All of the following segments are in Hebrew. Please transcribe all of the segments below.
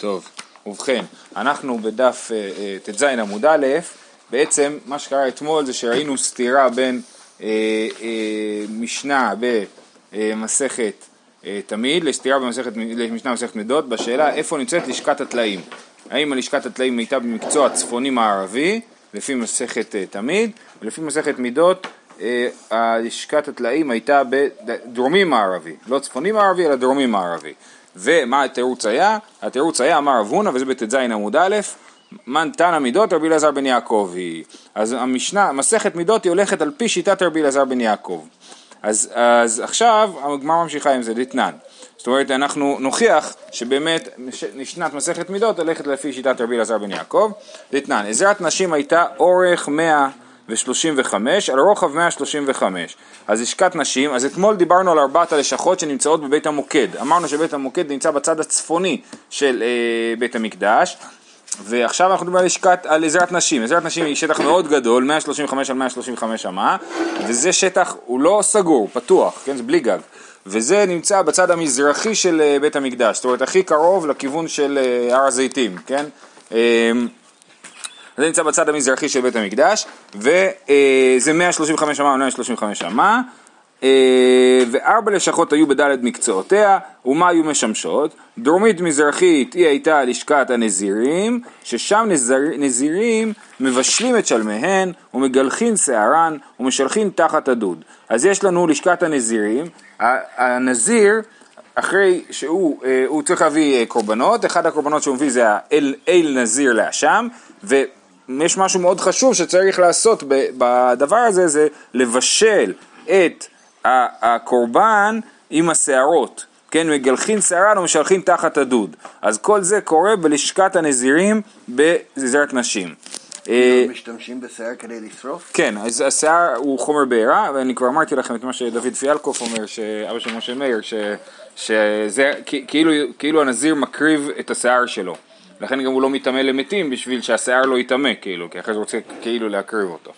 טוב, ובכן, אנחנו בדף ט"ז עמוד א', בעצם מה שקרה אתמול זה שראינו סתירה בין משנה במסכת תמיד לסתירה למשנה במסכת מידות בשאלה איפה נמצאת לשכת הטלאים. האם לשכת הטלאים הייתה במקצוע צפוני מערבי לפי מסכת תמיד, ולפי מסכת מידות לשכת הטלאים הייתה בדרומי מערבי, לא צפוני מערבי אלא דרומי מערבי. ומה התירוץ היה? התירוץ היה אמר רב הונא, וזה בט"ז עמוד א', מן תנא מידות רבי אלעזר בן יעקב היא. אז המשנה, מסכת מידות היא הולכת על פי שיטת רבי אלעזר בן יעקב. אז עכשיו הגמרא ממשיכה עם זה דתנן. זאת אומרת אנחנו נוכיח שבאמת משנת מסכת מידות הולכת לפי שיטת רבי אלעזר בן יעקב. דתנן, עזרת נשים הייתה אורך 135 על רוחב 135. אז לשכת נשים, אז אתמול דיברנו על 4 הלשכות שנמצאות בבית המוקד. אמרנו שבית המוקד נמצא בצד הצפוני של בית המקדש, ועכשיו אנחנו מדברים על עזרת נשים. עזרת נשים היא שטח מאוד גדול, 135 על 135 אמה, וזה שטח, הוא לא סגור, פתוח, כן? זה בלי גג. וזה נמצא בצד המזרחי של בית המקדש, זאת אומרת הכי קרוב לכיוון של הר הזיתים, כן? זה נמצא בצד המזרחי של בית המקדש, וזה 135 אמה או 135 אמה, ו4 לשכות היו בדלת מקצועותיה, ומה היו משמשות? דרומית מזרחית היא הייתה לשכת הנזירים, ששם נזירים מבשלים את שלמיהן, ומגלחין שערן, ומשלחין תחת הדוד. אז יש לנו לשכת הנזירים, הנזיר, אחרי שהוא צריך להביא קורבנות, אחד הקורבנות שהוא מביא זה האל נזיר לאשם, ויש משהו מאוד חשוב שצריך לעשות בדבר הזה, זה לבשל את הקורבן עם השערות, כן, מגלחין שערן ומשלחין תחת הדוד. אז כל זה קורה בלשכת הנזירים בעזרת נשים. משתמשים בשיער כדי לשרוף? כן, אז השיער הוא חומר בעירה, ואני כבר אמרתי לכם את מה שדוד פיאלקוף אומר, שאבא של משה מאיר, שזה כאילו הנזיר מקריב את השיער שלו. לכן גם הוא לא מתאמה למתים בשביל שהשיער לא יתאמה, כאילו, כי אחרי זה רוצה כאילו להקריב אותו.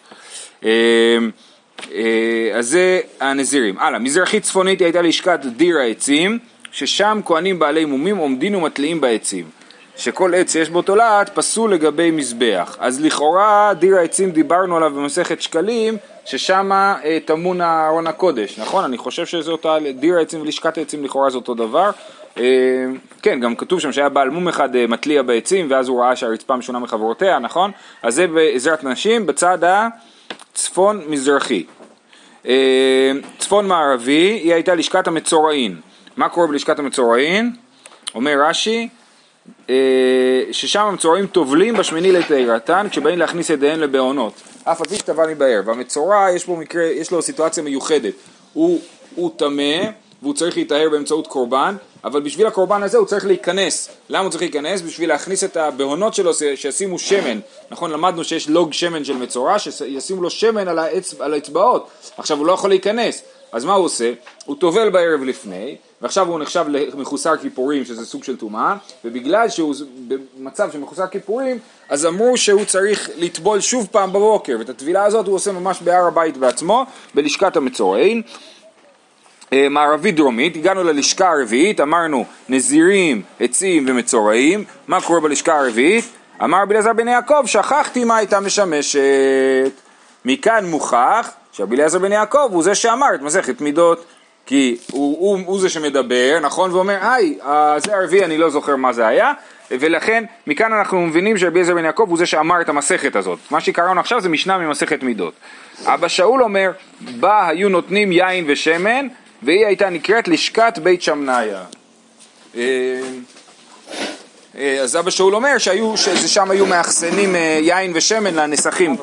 אז זה הנזירים. הלאה, מזרחית צפונית הייתה לשכת דיר העצים, ששם כהנים בעלי מומים עומדים ומטליעים בעצים. שכל עץ שיש בו תולעת פסול לגבי מזבח. אז לכאורה דיר העצים דיברנו עליו במסכת שקלים, ששם תמון ארון הקודש, נכון? אני חושב שזה אותה, דיר העצים ולשכת העצים לכאורה זה אותו דבר. כן, גם כתוב שם שהיה בעל מום אחד מטליע בעצים, ואז הוא ראה שהרצפה משונה מחברותיה, נכון? אז זה בעזרת נשים בצד הצפון מזרחי. צפון מערבי היא הייתה לשכת המצורעים. מה קורה בלשכת המצורעים? אומר רש"י, ששם המצורעים טובלים בשמיני לתאירתן כשבאים להכניס ידיהם לבעונות, אף על פי שטבל מבאר. והמצורע יש בו מקרה, יש לו סיטואציה מיוחדת, הוא טמא והוא צריך להתאר באמצעות קורבן, אבל בשביל הקורבן הזה הוא צריך להיכנס. למה הוא צריך להיכנס? בשביל להכניס את הבעונות שלו שישימו שמן. נכון, למדנו שיש לוג שמן של מצורע, שישימו לו שמן על האצבעות. עכשיו הוא לא יכול להיכנס, אז מה הוא עושה? הוא טובל בערב לפני, ועכשיו הוא נחשב למחוסר כיפורים, שזה סוג של טומאה, ובגלל שהוא במצב של מחוסר כיפורים, אז אמרו שהוא צריך לטבול שוב פעם בבוקר, ואת הטבילה הזאת הוא עושה ממש בהר הבית בעצמו, בלשכת המצורעים. מערבית דרומית, הגענו ללשכה הרביעית, אמרנו נזירים, עצים ומצורעים. מה קורה בלשכה הרביעית? אמר רבי אלעזר בן יעקב, שכחתי מה הייתה משמשת. מכאן מוכח שרבי אלעזר בן יעקב הוא זה שאמר את מסכת מידות, כי הוא זה שמדבר, נכון, ואומר, זה הרביעי, אני לא זוכר מה זה היה, ולכן מכאן אנחנו מבינים שרבי אלעזר בן יעקב הוא זה שאמר את המסכת הזאת. מה שקראנו עכשיו זה משנה ממסכת מידות. אבא שאול אומר, בה היו נותנים יין ושמן, והיא הייתה נקראת לשכת בית שמניה. אז אבא שאול אומר ששם היו מאחסנים יין ושמן לנסחים.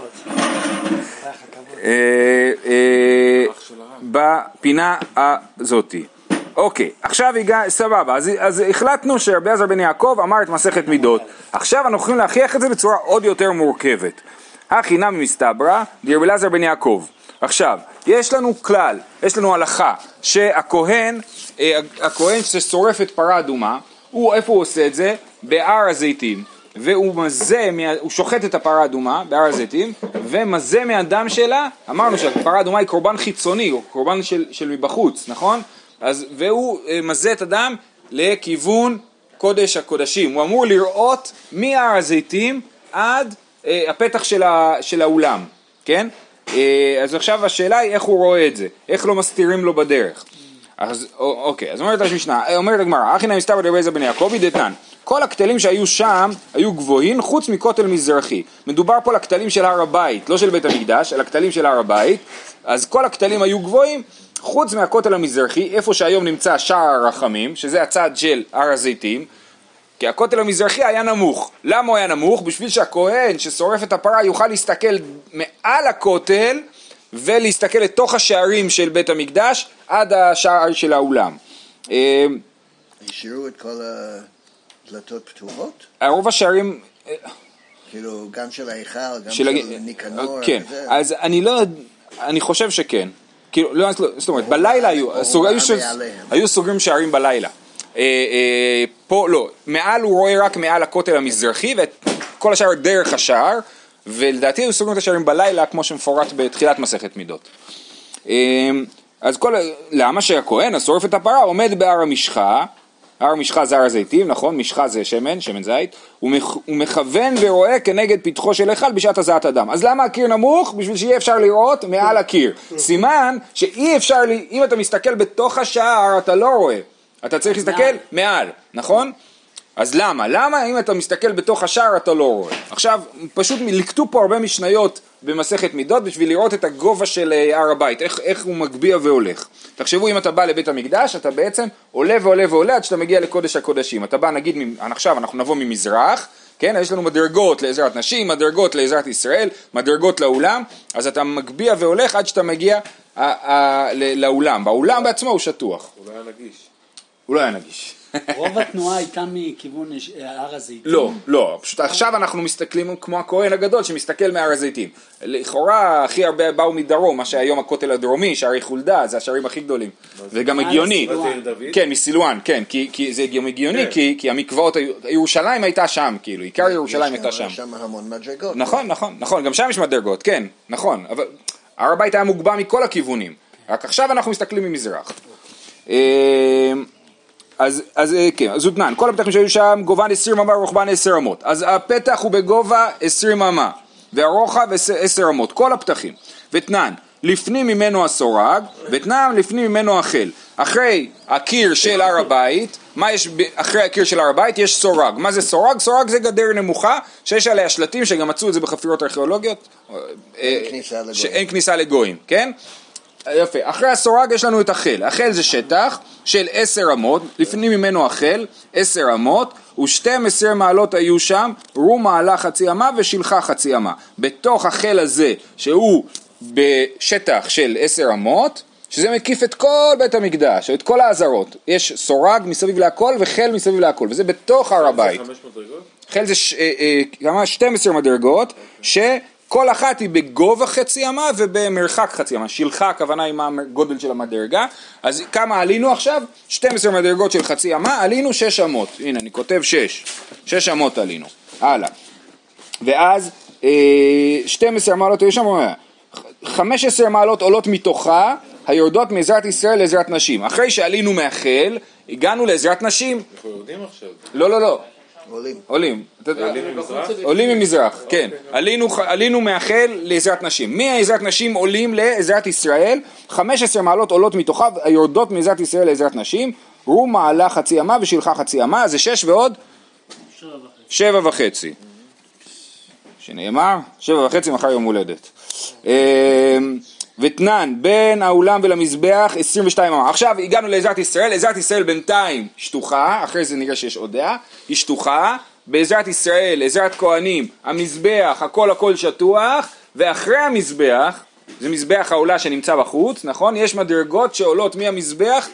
בפינה הזאתי. אוקיי, עכשיו סבבה, אז החלטנו שרבי אלעזר בן יעקב אמר את מסכת מידות. עכשיו אנחנו יכולים להוכיח את זה בצורה עוד יותר מורכבת. הכי נמי מסתברא דרבי אלעזר בן יעקב. עכשיו, יש לנו כלל, יש לנו הלכה, שהכהן ששורף את פרה אדומה, איפה הוא עושה את זה? בהר הזיתים. והוא שוחט את הפרה האדומה בהר הזיתים, ומזה מהדם שלה, אמרנו שהפרה האדומה היא קורבן חיצוני, או קורבן של מבחוץ, נכון? והוא מזה את הדם לכיוון קודש הקודשים, הוא אמור לראות מהר הזיתים עד הפתח של האולם, כן? אז עכשיו השאלה היא איך הוא רואה את זה, איך לא מסתירים לו בדרך. אז אוקיי, אז אומרת הגמרא, אחי נא מסתבר דרבי אליעזר בן יעקבי דתנן, כל הכתלים שהיו שם היו גבוהים חוץ מכותל מזרחי. מדובר פה על הכתלים של הר הבית, לא של בית המקדש, על הכתלים של הר הבית. אז כל הכתלים היו גבוהים חוץ מהכותל המזרחי, איפה שהיום נמצא שער הרחמים, שזה הצד של הר הזיתים, כי הכותל המזרחי היה נמוך. למה הוא היה נמוך? בשביל שהכהן ששורף את הפרה יוכל להסתכל מעל הכותל ולהסתכל לתוך השערים של בית המקדש עד השער של האולם. השאירו את כל הדלתות פתוחות? הרוב השערים... כאילו גם של ההיכל, גם של ניקנור? כן, אז אני חושב שכן. כאילו, לא, זאת אומרת, בלילה היו סוגרים שערים בלילה. פה לא, מעל הוא רואה רק מעל הכותל המזרחי וכל השער דרך השער, ולדעתי היו סוגרים את השערים בלילה כמו שמפורט בתחילת מסכת מידות. אז למה שהכהן השורף את הפרה עומד בהר המשחה, הר המשחה זה הר הזיתים, נכון? משחה זה שמן זית, הוא מכוון ורואה כנגד פתחו של היכל בשעת הזעת אדם. אז למה הקיר נמוך? בשביל שיהיה אפשר לראות מעל הקיר. סימן שאי אפשר, אם אתה מסתכל בתוך השער אתה לא רואה, אתה צריך להסתכל מעל, נכון? אז למה? למה אם אתה מסתכל בתוך השער אתה לא רואה? עכשיו, פשוט לקטו פה הרבה משניות במסכת מידות בשביל לראות את הגובה של הר הבית, איך הוא מגביה והולך. תחשבו, אם אתה בא לבית המקדש, אתה בעצם עולה ועולה ועולה עד שאתה מגיע לקודש הקודשים. אתה בא, נגיד, עכשיו אנחנו נבוא ממזרח, כן? יש לנו מדרגות לעזרת נשים, מדרגות לעזרת ישראל, מדרגות לאולם, אז אתה מגביה והולך עד שאתה מגיע לאולם. באולם בעצמו הוא שטוח. הוא לא היה נגיש. הוא לא היה נגיש. רוב התנועה הייתה מכיוון הר הזיתים? לא, פשוט עכשיו אנחנו מסתכלים כמו הכהן הגדול שמסתכל מהר הזיתים. לכאורה הכי הרבה באו מדרום, מה שהיום הכותל הדרומי, שערי חולדה, זה השערים הכי גדולים. וגם הגיוני. כן, מסילואן, כן, כי זה גם הגיוני, כי המקוואות, ירושלים הייתה שם, כאילו, עיקר ירושלים הייתה שם. יש שם המון מדרגות. נכון, גם שם יש מדרגות, כן, נכון, אבל הר הבית היה מוגבה מכל הכיוונים, רק עכשיו אנחנו מסתכלים ממזרח. אז כן, אז הותנן, כל הפתחים שהיו שם גובהן 20 אמה ורוחבן 10 אמות. אז הפתח הוא בגובה 20 אמה והרוחב 10 אמות, כל הפתחים. ותנן, לפנים ממנו הסורג, ותנן לפנים ממנו החל. אחרי הקיר של הר הבית, מה יש אחרי הקיר של הר הבית? יש סורג. מה זה סורג? סורג זה גדר נמוכה שיש עליה שלטים שגם מצאו את זה בחפירות ארכיאולוגיות. אין כניסה לגויים, כן? יפה, אחרי הסורג יש לנו את החל. החל זה שטח של 10 אמות, לפנים ממנו החל 10 אמות, ו12 מעלות היו שם, רום מעלה חצי אמה ושלחה חצי אמה. בתוך החל הזה שהוא בשטח של 10 אמות, שזה מקיף את כל בית המקדש, את כל העזרות, יש סורג מסביב להכל וחל מסביב להכל, וזה בתוך הר הבית. 5 מדרגות? חל זה 12 מדרגות, כל אחת היא בגובה חצי אמה ובמרחק חצי אמה. שלחה הכוונה היא מה הגודל של המדרגה. אז כמה עלינו עכשיו? 12 מדרגות של חצי אמה, עלינו 6 אמות. הנה אני כותב 6 אמות עלינו. הלאה. ואז 12 מעלות היו שם, 15 מעלות עולות מתוכה, היורדות מעזרת ישראל לעזרת נשים. אחרי שעלינו מהחל, הגענו לעזרת נשים. אנחנו יורדים עכשיו? לא. עולים ממזרח? ממזרח, כן. עלינו מהחל לעזרת נשים. מעזרת נשים עולים לעזרת ישראל, 15 מעלות עולות מתוכה, היורדות מעזרת ישראל לעזרת נשים, רום מעלה חצי אמה ושלחה חצי אמה, זה 6 ועוד? 7.5. שנאמר, 7.5 מחר יום הולדת. ותנן, בין האולם ולמזבח 22 אמה. עכשיו הגענו לעזרת ישראל, עזרת ישראל בינתיים שטוחה, אחרי זה נראה שיש עוד דעה, היא שטוחה, בעזרת ישראל, עזרת כהנים, המזבח, הכל שטוח, ואחרי המזבח, זה מזבח העולה שנמצא בחוץ, נכון? יש מדרגות שעולות מהמזבח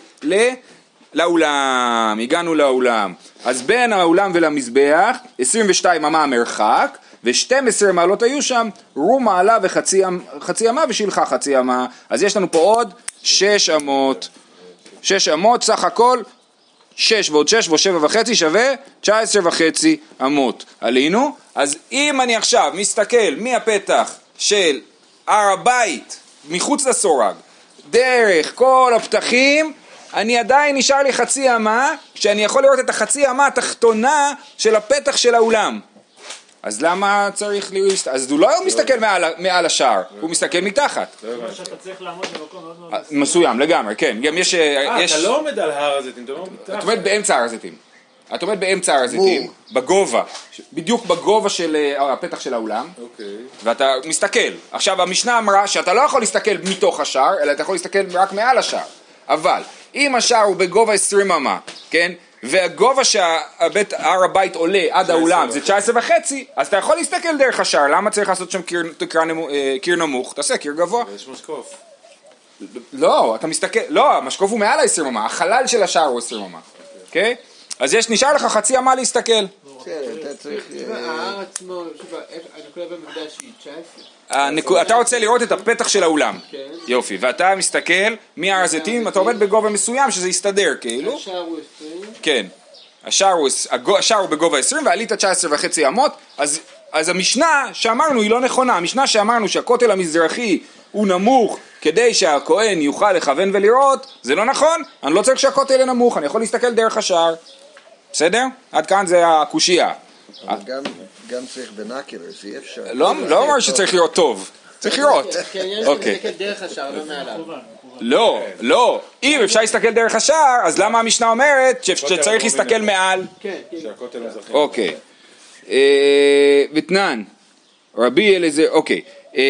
לאולם, הגענו לאולם. אז בין האולם ולמזבח, 22 אמה המרחק, ו12 מעלות היו שם, רום מעלה וחצי אמה ושלחה חצי אמה. אז יש לנו פה עוד 6 אמות. 6 אמות, סך הכל 6 ועוד 6 ועוד 7.5 שווה 19.5 אמות. עלינו. אז אם אני עכשיו מסתכל מהפתח של הר הבית, מחוץ לסורג, דרך כל הפתחים, אני עדיין נשאר לי חצי אמה, שאני יכול לראות את החצי אמה התחתונה של הפתח של האולם. אז למה צריך אז הוא לא מסתכל מעל השער, הוא מסתכל מתחת. שאתה צריך לעמוד במקום מאוד מאוד מסוים, לגמרי, כן. גם יש... אתה לא עומד על הר הזיתים, אתה לא עומד מתחת. את עומד באמצע הר הזיתים. את עומד באמצע הר הזיתים, בגובה, בדיוק בגובה של הפתח של האולם, ואתה מסתכל. עכשיו המשנה אמרה שאתה לא יכול להסתכל מתוך השער, אלא אתה יכול להסתכל רק מעל השער. אבל אם השער הוא בגובה 20 אמה, כן? והגובה שהר הבית עולה עד האולם זה 19.5, אז אתה יכול להסתכל דרך השער. למה צריך לעשות שם קיר נמוך? תעשה קיר גבוה. יש משקוף. לא, אתה מסתכל, לא, המשקוף הוא מעל ה-20 אמה, החלל של השער הוא 20 אמה, אוקיי? אז נשאר לך חצי אמה להסתכל. כן, אתה צריך... ההר עצמו, הנקודה במקדש היא 19. אתה רוצה לראות את הפתח של האולם. יופי, ואתה מסתכל מהר הזיתים, אתה עומד בגובה מסוים שזה יסתדר, כאילו. השער הוא 20. כן, השער הוא בגובה 20 ועלית 19.5 אמות, אז המשנה שאמרנו היא לא נכונה. המשנה שאמרנו שהכותל המזרחי הוא נמוך כדי שהכהן יוכל לכוון ולראות, זה לא נכון. אני לא צריך שהכותל יהיה נמוך, אני יכול להסתכל דרך השער. בסדר? עד כאן זה הקושייה. גם צריך בנקלרס, אי אפשר. לא אומר שצריך לראות טוב, צריך לראות. כן, יש להסתכל דרך השער, לא מעליו. לא, אם אפשר להסתכל דרך השער, אז למה המשנה אומרת שצריך להסתכל מעל? כן. שהכותל מזרחי. אוקיי. ותנן, רבי אלעזר, אוקיי.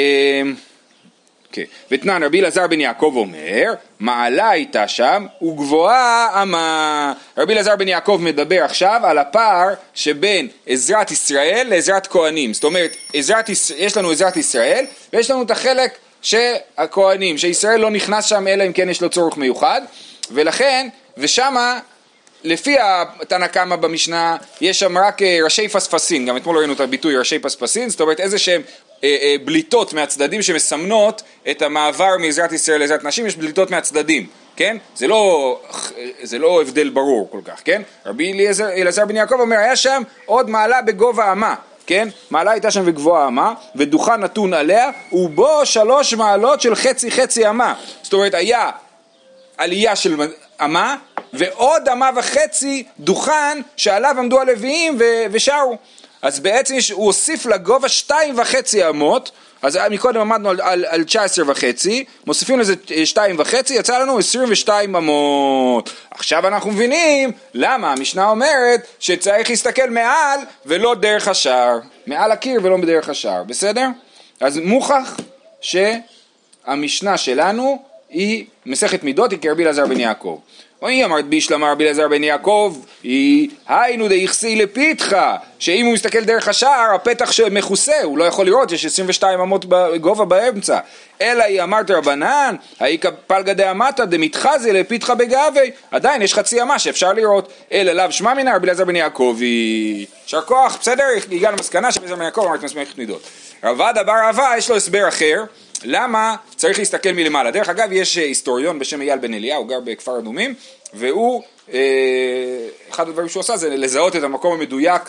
ותנן רבי אלעזר בן יעקב אומר, מעלה הייתה שם וגבוהה אמה. רבי אלעזר בן יעקב מדבר עכשיו על הפער שבין עזרת ישראל לעזרת כהנים. זאת אומרת, יש לנו עזרת ישראל ויש לנו את החלק של הכהנים, שישראל לא נכנס שם אלא אם כן יש לו צורך מיוחד, ולכן, ושמה לפי התנא קמא במשנה יש שם רק ראשי פספסין, גם אתמול ראינו את הביטוי ראשי פספסין, זאת אומרת איזה שהם בליטות מהצדדים שמסמנות את המעבר מעזרת ישראל לעזרת נשים, יש בליטות מהצדדים, כן? זה לא הבדל ברור כל כך, כן? רבי אלעזר בן יעקב אומר, היה שם עוד מעלה בגובה אמה, כן? מעלה הייתה שם וגבוהה אמה, ודוכן נתון עליה, ובו 3 מעלות של חצי אמה. זאת אומרת, היה עלייה של אמה, ועוד אמה וחצי דוכן שעליו עמדו הלוויים ושרו. אז בעצם הוא הוסיף לגובה 2.5 אמות, אז מקודם עמדנו על 19.5, מוסיפים לזה 2.5, יצא לנו 22 אמות. עכשיו אנחנו מבינים למה המשנה אומרת שצריך להסתכל מעל ולא דרך השער, מעל הקיר ולא בדרך השער, בסדר? אז מוכח שהמשנה שלנו היא מסכת מידות, היא כרבי אלעזר בן יעקב. היא אמרת בישלמה רבי אלעזר בן יעקב, היא היינו דאיכסי לפיתחה, שאם הוא מסתכל דרך השער, הפתח שמכוסה, הוא לא יכול לראות, יש 22 אמות גובה באמצע. אלא היא אמרת רבנן, היי פלגא דאמתא דמתחזה לפיתחה בגאווי, עדיין יש חצי אמה שאפשר לראות. אלא לאו שמע מינא רבי אלעזר בן יעקב, יישר כוח, בסדר, הגענו למסקנה שרבי אלעזר בן יעקב אמרת מסכת מידות. רבא דבר רבא, יש לו הסבר אחר, למה צריך להסתכל מלמעלה. דרך אגב, יש היסטוריון בשם אייל בן אליה, הוא גר בכפר אדומים, והוא, אחד הדברים שהוא עושה זה לזהות את המקום המדויק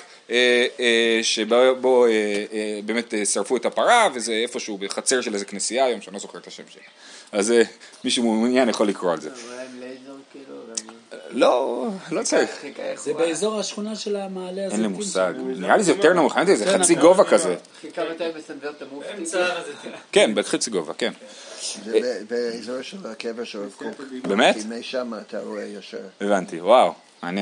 שבו באמת שרפו את הפרה, וזה איפשהו בחצר של איזה כנסייה היום, שאני לא זוכר את השם שלה. אז מישהו מעוניין יכול לקרוא על זה. לא צריך. זה באזור השכונה של המעלה הזה. אין לי מושג. נראה לי זה יותר נמוך, זה חצי גובה כזה. חיכה מתי מסנדר את המופתי? כן, בחצי גובה, כן. זה באזור של הקבר של הרב קוק. באמת? כי משם אתה רואה ישר. הבנתי, וואו, מעניין.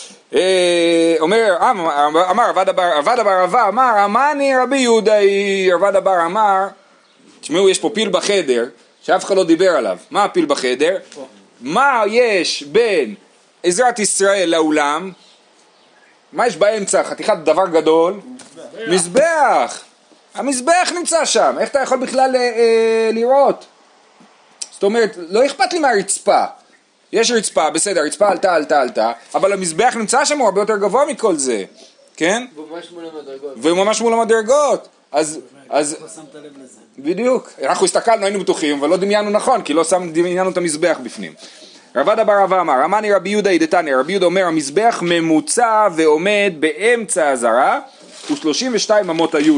אמר עבד אבר רבא, אמר אמני רבי יהודה, עבד אבר אמר, תשמעו, יש פה פיל בחדר שאף אחד לא דיבר עליו. מה הפיל בחדר? מה יש בין עזרת ישראל לאולם? מה יש באמצע? חתיכת דבר גדול? מזבח. המזבח נמצא שם, איך אתה יכול בכלל לראות? זאת אומרת, לא אכפת לי מהרצפה. יש רצפה, בסדר, הרצפה עלתה, אבל המזבח נמצא שם, הוא הרבה יותר גבוה מכל זה, כן? והוא ממש מול המדרגות. אז לא שמת לב לזה. בדיוק, אנחנו הסתכלנו, היינו בטוחים, אבל לא דמיינו נכון, כי לא דמיינו את המזבח בפנים. רבא דבר רבא אמר, אמני רבי יהודה דתניא, רבי יהודה אומר, המזבח ממוצע ועומד באמצע הזרה, ו32 אמות היו לו.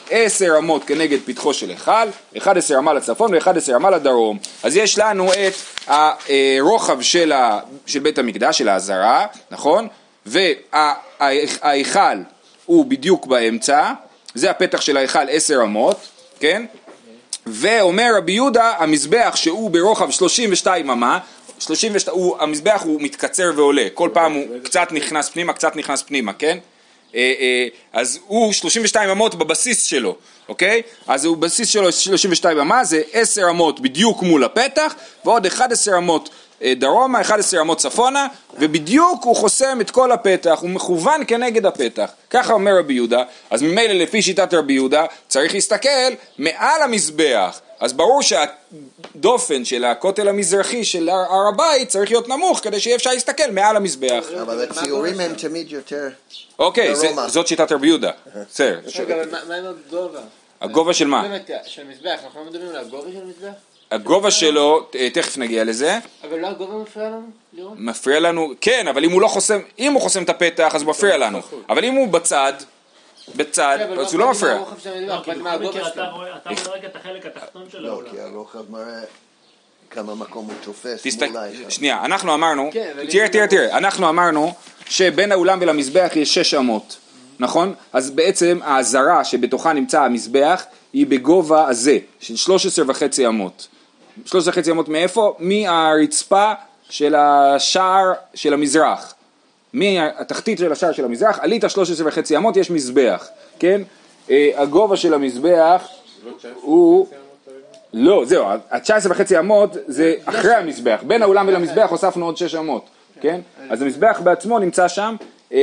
10 אמות כנגד פתחו של היכל, 11 אמה לצפון ו11 אמה לדרום. אז יש לנו את הרוחב של בית המקדש, של העזרה, נכון? וההיכל הוא בדיוק באמצע, זה הפתח של ההיכל 10 אמות, כן? ואומר רבי יהודה, המזבח שהוא ברוחב 32 אמה, המזבח הוא מתקצר ועולה, כל פעם הוא קצת נכנס פנימה, כן? אז הוא 32 אמות בבסיס שלו, אוקיי? אז הוא בסיס שלו 32 אמה, זה 10 אמות בדיוק מול הפתח, ועוד 11 אמות דרומה, 11 אמות צפונה, ובדיוק הוא חוסם את כל הפתח, הוא מכוון כנגד הפתח. ככה אומר רבי יהודה. אז ממילא לפי שיטת רבי יהודה צריך להסתכל מעל המזבח. אז ברור שהדופן של הכותל המזרחי של הר הבית צריך להיות נמוך כדי שיהיה אפשר להסתכל מעל המזבח. אבל הציורים הם תמיד יותר... אוקיי, זאת שיטת רבי יהודה. בסדר. מה עם הגובה? הגובה של מה? של מזבח, אנחנו לא מדברים על הגובה של מזבח? הגובה שלו, תכף נגיע לזה. אבל לא הגובה מפריע לנו לראות? מפריע לנו, כן, אבל אם הוא חוסם את הפתח אז הוא מפריע לנו. אבל אם הוא בצד, אז הוא לא מפריע. אתה רואה רק את החלק התחתון שלו. לא, כי הרוחב מראה כמה מקום הוא תופס מול ההיכל. שנייה, אנחנו אמרנו, תראה, אנחנו אמרנו שבין האולם ולמזבח יש 6 אמות, נכון? אז בעצם העזרה שבתוכה נמצא המזבח היא בגובה הזה, של 13.5 אמות. 13.5 אמות מאיפה? מהרצפה של השער של המזרח. מהתחתית של השער של המזרח, עלית 13.5 אמות, יש מזבח, כן? הגובה של המזבח הוא... לא, זהו, ה-19.5 אמות זה אחרי המזבח. בין האולם ולמזבח הוספנו עוד 6 אמות, כן? אז המזבח בעצמו נמצא שם,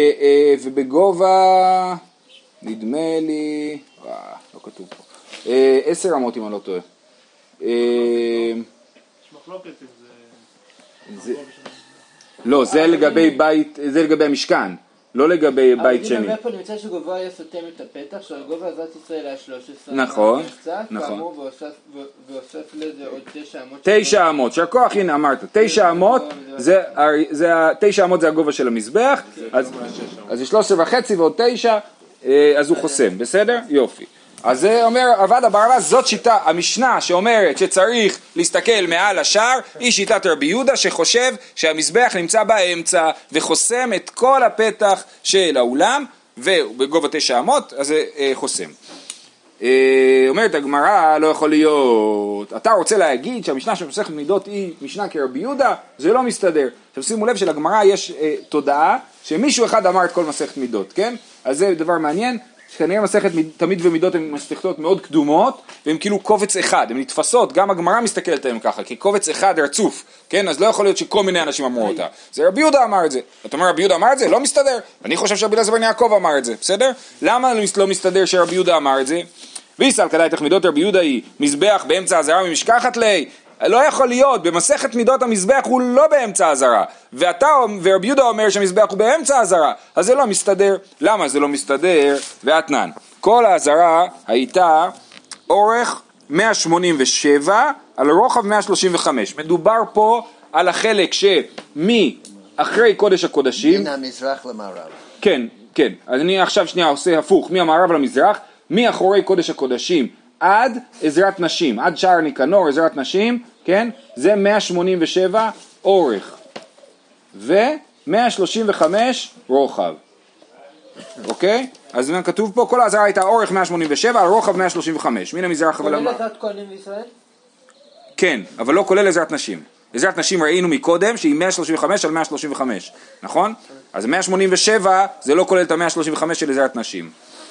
ובגובה, נדמה לי... לא כתוב פה. 10 אמות אם אני לא טועה. יש מחלוקת אם זה... לא, זה לגבי המשכן, לא לגבי בית שני. אבל אם פה נמצא שגובה היה סותם את הפתח, שהגובה הזאת ישראל היה 13. נכון, נכון. ואוסף לזה עוד 9 אמות. 9 אמות, שהכוח, הנה אמרת, 9 אמות, 9 אמות זה הגובה של המזבח, אז זה 13.5 ועוד 9, אז הוא חוסם, בסדר? יופי. אז זה אומר, עבד הברלה, זאת שיטה, המשנה שאומרת שצריך להסתכל מעל השער, היא שיטת רבי יהודה שחושב שהמזבח נמצא באמצע וחוסם את כל הפתח של האולם, ובגובה 9 אמות, אז זה חוסם. אומרת הגמרא, לא יכול להיות, אתה רוצה להגיד שהמשנה של מסכת מידות היא משנה כרבי יהודה, זה לא מסתדר. עכשיו שימו לב שלגמרא יש תודעה שמישהו אחד אמר את כל מסכת מידות, כן? אז זה דבר מעניין. כנראה מסכת תמיד ומידות הן מסכתות מאוד קדומות, והן כאילו קובץ אחד, הן נתפסות, גם הגמרא מסתכלת עליהן ככה, כי קובץ אחד רצוף, כן? אז לא יכול להיות שכל מיני אנשים אמרו אותה. זה רבי יהודה אמר את זה. אתה אומר רבי יהודה אמר את זה? לא מסתדר. אני חושב שרבי אלעזר בן יעקב אמר את זה, בסדר? למה לא מסתדר שרבי יהודה אמר את זה? ויסל כדאי תחמידות רבי יהודה היא מזבח באמצע הזרה ממשכחת לי. לא יכול להיות, במסכת מידות המזבח הוא לא באמצע הזרה, ורבי יהודה אומר שהמזבח הוא באמצע הזרה, אז זה לא מסתדר. למה זה לא מסתדר? ואתנן, כל הזרה הייתה אורך 187 על רוחב 135, מדובר פה על החלק שמאחרי קודש הקודשים, מן המזרח למערב. כן, כן, אז אני עכשיו שנייה עושה הפוך, מהמערב למזרח, מאחורי קודש הקודשים עד עזרת נשים, עד שער ניקנור, עזרת נשים, כן? זה 187 אורך ו-135 רוחב. אוקיי? אז כתוב פה, כל העזרה הייתה אורך 187 על רוחב 135. מן המזרח אבל... כולל עזרת כהנים בישראל? כן, אבל לא כולל עזרת נשים. עזרת נשים ראינו מקודם שהיא 135 על 135, נכון? אז 187 זה לא כולל את ה-135 של עזרת נשים.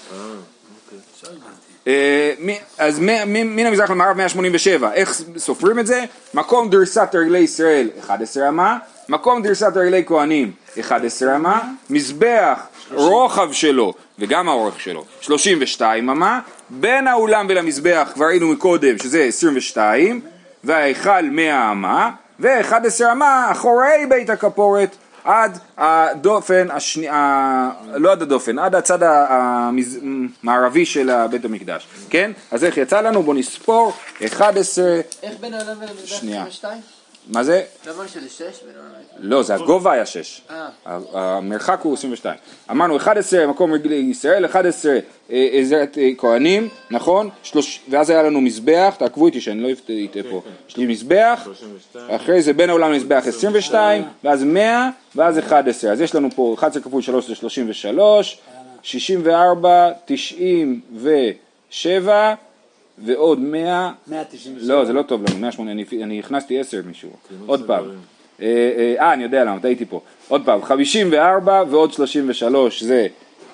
אז מן המזרח למערב 187, איך סופרים את זה? מקום דריסת רגלי ישראל 11 אמה, מקום דריסת רגלי כהנים 11 אמה, מזבח רוחב שלו וגם האורך שלו 32 אמה, בין האולם ולמזבח כבר ראינו מקודם שזה 22, וההיכל 100 אמה, ו11 אמה אחורי בית הכפורת עד הדופן, לא עד הדופן, עד הצד המערבי של בית המקדש, כן? אז איך יצא לנו? בוא נספור, 11... איך בין העולם ולמזבח 22? מה זה? לא אמרנו שזה 6? לא, זה הגובה היה 6. המרחק הוא 22. אמרנו 11 מקום רגלי ישראל, 11 עזרת כהנים, נכון? ואז היה לנו מזבח, תעקבו איתי שאני לא אטעה פה. יש לי מזבח, אחרי זה בין העולם למזבח 22, ואז 100, ואז 11. אז יש לנו פה 11 כפול 3 זה 33, 64, 97, ועוד 100, 197. לא, זה לא טוב לנו, 180, אני הכנסתי 10 מישהו, עוד פעם, אני יודע למה, טעיתי פה, עוד פעם, 54 ועוד 33 זה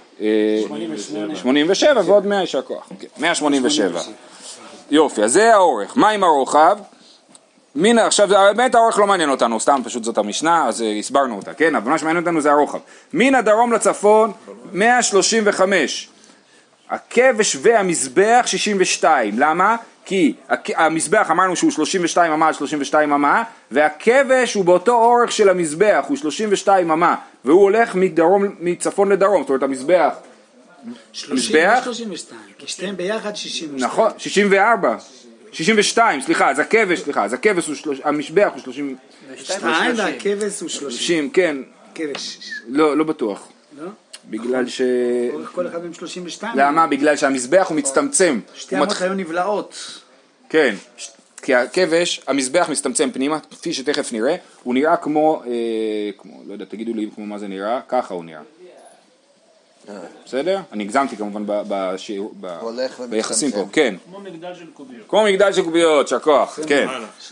87 ועוד 100 יישר כוח, 187, יופי, אז זה האורך, מה עם הרוחב? עכשיו באמת האורך לא מעניין אותנו, סתם פשוט זאת המשנה, אז הסברנו אותה, כן, אבל מה שמעניין אותנו זה הרוחב, מן הדרום לצפון 135, הכבש והמזבח 62, למה? כי המזבח אמרנו שהוא 32 אמה על 32 אמה, והכבש הוא באותו אורך של המזבח, הוא 32 אמה, והוא הולך מצפון לדרום, זאת אומרת המזבח, 32, כי שתיהם ביחד 62. נכון, 62, סליחה, אז הכבש, המשבח הוא 32 והכבש הוא 30. כן, כבש. לא בטוח. לא? בגלל ש... אורך כל אחד מהם 32. למה? בגלל שהמזבח הוא מצטמצם. שתי אמות היו נבלעות. כן, כי הכבש, המזבח מצטמצם פנימה, כפי שתכף נראה, הוא נראה כמו, לא יודע, תגידו לי כמו מה זה נראה, ככה הוא נראה. בסדר? אני הגזמתי כמובן ביחסים פה, כן. כמו מגדל של קוביות. כמו מגדל של קוביות, שכוח, כן.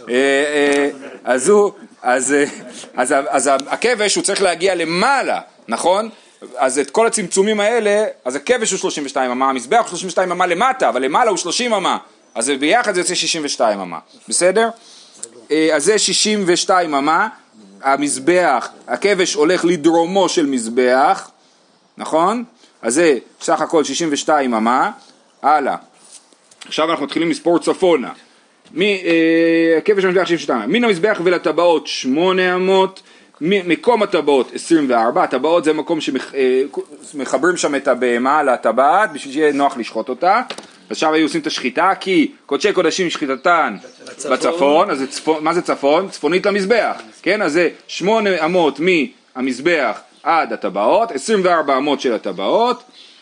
אז הכבש הוא צריך להגיע למעלה, נכון? אז את כל הצמצומים האלה, אז הכבש הוא 32 אמה, המזבח הוא 32 אמה למטה, אבל למעלה הוא 30 אמה, אז ביחד זה יוצא 62 אמה, בסדר? אז זה 62 אמה, המזבח, הכבש הולך לדרומו של מזבח, נכון? אז זה סך הכל 62 אמה, הלאה. עכשיו אנחנו מתחילים לספור צפונה. הכבש המזבח 62 אמה, מן המזבח ולטבעות 8 אמות, מקום הטבעות 24, הטבעות זה מקום שמחברים שם את הבהמה לטבעת בשביל שיהיה נוח לשחוט אותה, אז שם היו עושים את השחיטה, כי קודשי קודשים שחיטתן בצפון, אז מה זה צפון? צפונית למזבח, כן? אז זה 8 אמות מהמזבח עד הטבעות, 24 אמות של הטבעות,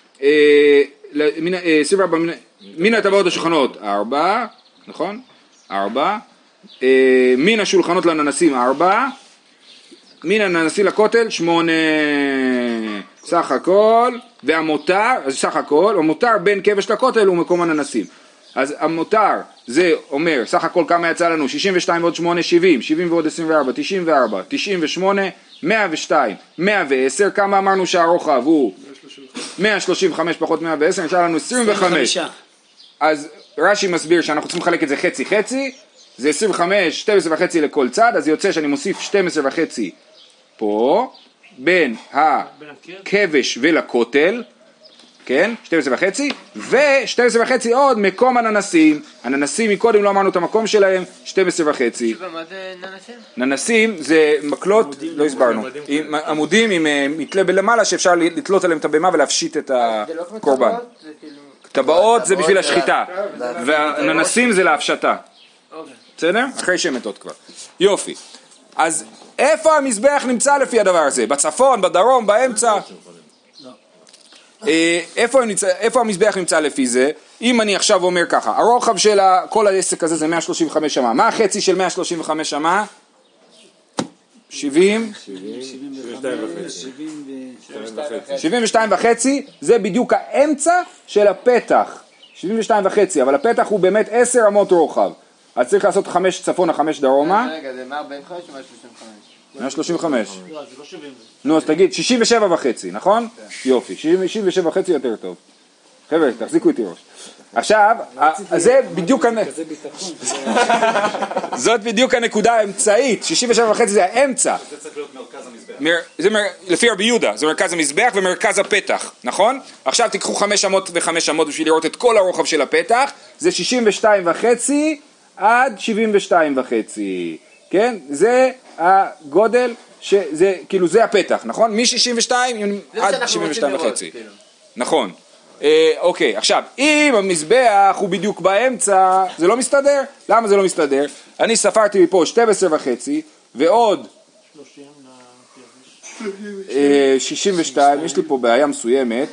24 מן הטבעות השולחנות 4, נכון? 4, מן השולחנות לננסים 4, מן הננסים לכותל 8, סך הכל, והמותר, אז סך הכל, המותר בין כבש לכותל הוא מקום הננסים. אז המותר זה אומר, סך הכל כמה יצא לנו? 62 ועוד 8, 70, 70 ועוד 24, 94, 98, 102, 110, כמה אמרנו שהרוחב הוא? 135 פחות 110, נשאר לנו 25. אז רש"י מסביר שאנחנו צריכים לחלק את זה חצי חצי, זה 25, 12 וחצי לכל צד, אז יוצא שאני מוסיף 12 וחצי פה, בין הכבש ולכותל, כן, 12 וחצי, ו12 וחצי עוד מקום הננסים, הננסים מקודם לא אמרנו את המקום שלהם, 12 וחצי. מה זה ננסים? ננסים זה מקלות, לא הסברנו, עמודים עם מתלה בלמעלה שאפשר לתלות עליהם את הבמה ולהפשיט את הקורבן. טבעות זה בשביל השחיטה, והננסים זה להפשטה. בסדר? אחרי שמתות כבר. יופי. אז איפה המזבח נמצא לפי הדבר הזה? בצפון, בדרום, באמצע? איפה המזבח נמצא לפי זה? אם אני עכשיו אומר ככה, הרוחב של כל העסק הזה זה 135 אמה. מה החצי של 135 אמה? 70? 72 וחצי, זה בדיוק האמצע של הפתח. 72 וחצי, אבל הפתח הוא באמת 10 אמות רוחב. אז צריך לעשות 5 צפונה, 5 דרומה. רגע, זה 145 או 135? 135. לא, זה לא 70. נו, אז תגיד 67 וחצי, נכון? יופי, 67 וחצי יותר טוב. חבר'ה, תחזיקו איתי ראש. עכשיו, זה בדיוק... זאת בדיוק הנקודה האמצעית, 67 וחצי זה האמצע. זה צריך להיות מרכז המזבח. לפי רבי יהודה, זה מרכז המזבח ומרכז הפתח, נכון? עכשיו תיקחו 5 אמות ו5 אמות בשביל לראות את כל הרוחב של הפתח, זה 62 וחצי עד 72 וחצי, כן? זה הגודל, שזה, כאילו זה הפתח, נכון? מ-62 עד 72 וחצי. נכון. אוקיי, עכשיו, אם המזבח הוא בדיוק באמצע, זה לא מסתדר. למה זה לא מסתדר? אני ספרתי מפה 12.5 ועוד 62, יש לי פה בעיה מסוימת.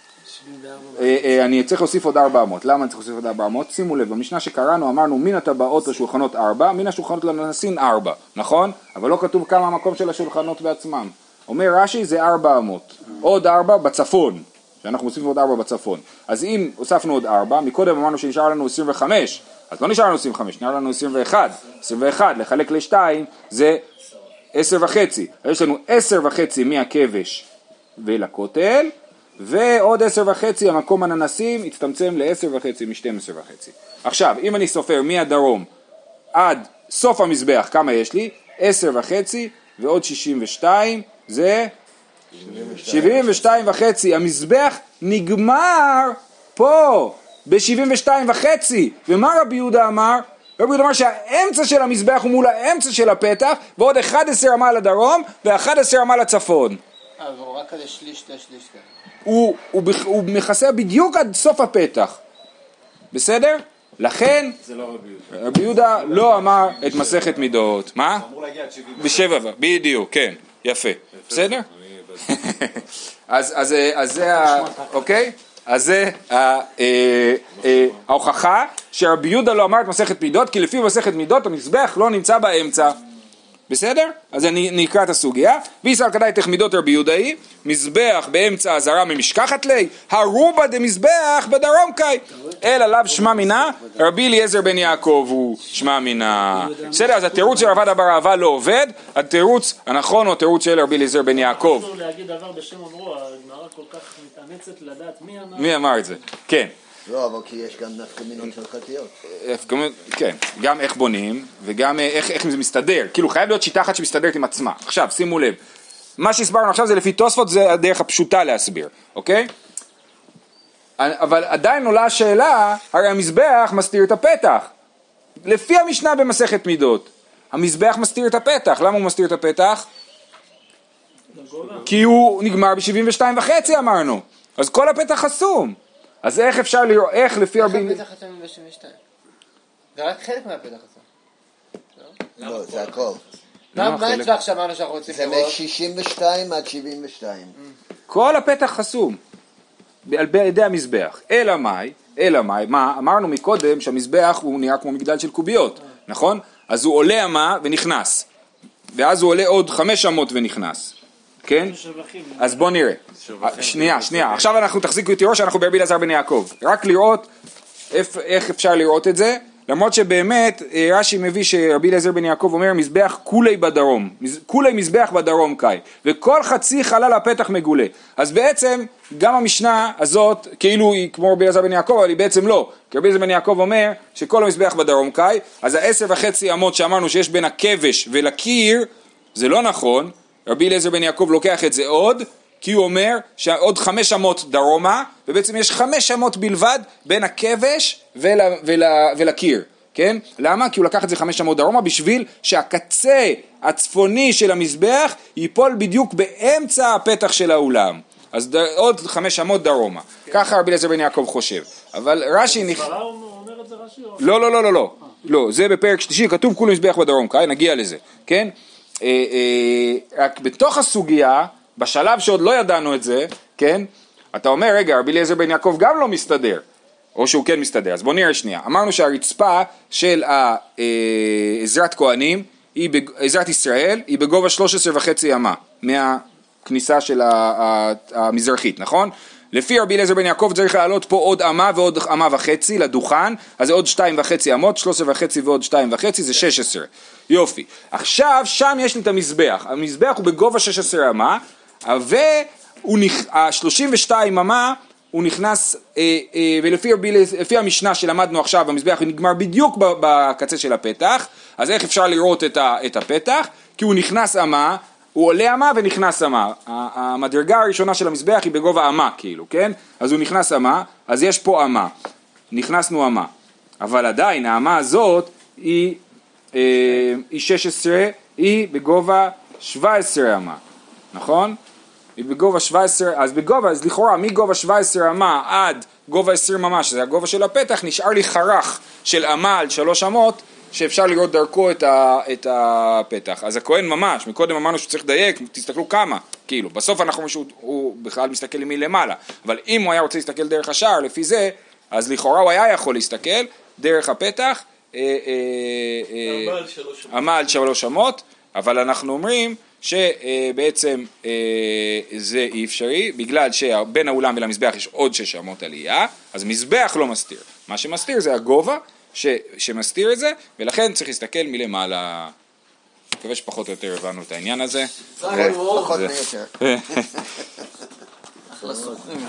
אני צריך להוסיף עוד 400. למה אני צריך להוסיף עוד 400? שימו לב, במשנה שקראנו אמרנו מן הטבעות לשולחנות 4, מן השולחנות לנסין 4, נכון? אבל לא כתוב כמה המקום של השולחנות בעצמם. אומר רש"י זה 400, עוד 4 בצפון, שאנחנו מוסיפים עוד 4 בצפון. אז אם הוספנו עוד 4, מקודם אמרנו שנשאר לנו 25, אז לא נשאר לנו 25, נשאר לנו 21. 21 לחלק ל2 זה 10.5. יש לנו 10.5 מהכבש ולכותל, ועוד 10.5 המקום הננסים יצטמצם ל10.5 מ12.5. עכשיו, אם אני סופר מהדרום עד סוף המזבח, כמה יש לי? 10.5 ועוד 62 זה 72.5. המזבח נגמר פה ב72.5. ומה רבי יהודה אמר? רבי יהודה אמר שהאמצע של המזבח הוא מול האמצע של הפתח, ועוד 11 אמה לדרום ו11 אמה לצפון. אבל רק עד שליש. הוא מכסה בדיוק עד סוף הפתח. בסדר? לכן רבי יהודה לא אמר את מסכת מידות. מה? אמור להגיע עד 77. ב7, בדיוק, כן, יפה. בסדר? אז זה אוקיי? אז זה ההוכחה שרבי יהודה לא אמר את מסכת מידות, כי לפי מסכת מידות המזבח לא נמצא באמצע. בסדר? אז אני נקרא את הסוגיה. ויסר כדאי תחמידות רבי יהודאי, מזבח באמצע הזרה ממשכחת לי, הרובה דמזבח בדרום קאי. אל עליו שמע מינה, רבי אליעזר בן יעקב הוא שמע מינה. בסדר, אז התירוץ של רבד אבר אהבה לא עובד, התירוץ הנכון הוא התירוץ של רבי אליעזר בן יעקב. אסור להגיד דבר בשם אמרו, הגמרא כל כך מתאמצת לדעת מי אמר את זה. כן. לא, אבל כי יש גם נפקא מינות הלכתיות. כן, גם איך בונים וגם איך זה מסתדר. כאילו חייב להיות שיטה אחת שמסתדרת עם עצמה. עכשיו, שימו לב. מה שהסברנו עכשיו זה לפי תוספות, זה הדרך הפשוטה להסביר, אוקיי? אבל עדיין עולה השאלה, הרי המזבח מסתיר את הפתח. לפי המשנה במסכת מידות, המזבח מסתיר את הפתח. למה הוא מסתיר את הפתח? כי הוא נגמר ב72.5 אמרנו. אז כל הפתח חסום. אז איך אפשר לראות, איך לפי רבי... איך הפתח חסום ב72? זה רק חלק מהפתח חסום. לא, זה הכל. מה הטווח שאמרנו שאנחנו רוצים לראות? זה מ-62 עד 72. כל הפתח חסום על ידי המזבח. אלא מאי, מה? אמרנו מקודם שהמזבח הוא נראה כמו מגדל של קוביות, נכון? אז הוא עולה אמה ונכנס, ואז הוא עולה עוד 5 אמות ונכנס, כן? אז בוא נראה. שנייה, עכשיו אנחנו תחזיקו את ראש שאנחנו ברבי אלעזר בן יעקב, רק לראות איך אפשר לראות את זה. למרות שבאמת רש"י מביא שרבי אליעזר בן יעקב אומר מזבח כולי בדרום, כולי מזבח בדרום קאי, וכל חצי חלל הפתח מגולה. אז בעצם גם המשנה הזאת כאילו היא כמו רבי אליעזר בן יעקב, אבל היא בעצם לא, כי רבי אליעזר בן יעקב אומר שכל המזבח בדרום קאי. אז 10.5 אמות שאמרנו שיש בין הכבש ולקיר זה לא נכון. רבי אליעזר בן יעקב לוקח את זה עוד, כי הוא אומר שעוד 5 אמות דרומה, ובעצם יש 5 אמות בלבד בין הכבש ולקיר, כן? למה? כי הוא לקח את זה 5 אמות דרומה, בשביל שהקצה הצפוני של המזבח ייפול בדיוק באמצע הפתח של האולם. אז עוד 5 אמות דרומה. ככה רבי אליעזר בן יעקב חושב. אבל רש"י... סברה אומר את זה רש"י? לא, זה בפרק שלישי, כתוב כולו מזבח בדרום, נגיע לזה, כן? רק בתוך הסוגיה, בשלב שעוד לא ידענו את זה, כן? אתה אומר, רגע, רבי אליעזר בן יעקב גם לא מסתדר, או שהוא כן מסתדר. אז בוא נראה שנייה. אמרנו שהרצפה של עזרת כהנים, עזרת ישראל, היא בגובה 13.5 אמה, מהכניסה של המזרחית, נכון? לפי רבי אליעזר בן יעקב צריך לעלות פה עוד אמה ועוד אמה וחצי לדוכן, אז זה עוד 2.5 אמות, 13.5 ועוד 2.5 זה 16. יופי. עכשיו שם יש לי את המזבח. המזבח הוא בגובה 16 אמה, ה-32 אמה הוא נכנס, ולפי המשנה שלמדנו עכשיו, המזבח נגמר בדיוק בקצה של הפתח. אז איך אפשר לראות את הפתח? כי הוא נכנס אמה, הוא עולה אמה ונכנס אמה. המדרגה הראשונה של המזבח היא בגובה אמה, כאילו, כן? אז הוא נכנס אמה, אז יש פה אמה. נכנסנו אמה. אבל עדיין, האמה הזאת היא 16, היא בגובה 17 אמה. נכון? בגובה 17, אז לכאורה מגובה 17 אמה עד גובה 20 אמה, שזה הגובה של הפתח, נשאר לי חרך של אמה על 3 אמות, שאפשר לראות דרכו את הפתח. אז הכהן ממש, מקודם אמרנו שצריך לדייק, תסתכלו כמה, כאילו, בסוף אנחנו הוא בכלל מסתכל מלמעלה, אבל אם הוא היה רוצה להסתכל דרך השער, לפי זה, אז לכאורה הוא היה יכול להסתכל דרך הפתח, אמה על 3 אמות, אבל אנחנו אומרים שבעצם זה אי אפשרי, בגלל שבין האולם ולמזבח יש עוד 6 אמות עלייה, אז מזבח לא מסתיר. מה שמסתיר זה הגובה שמסתיר את זה, ולכן צריך להסתכל מלמעלה. אני מקווה שפחות או יותר הבנו את העניין הזה. פחות או יותר.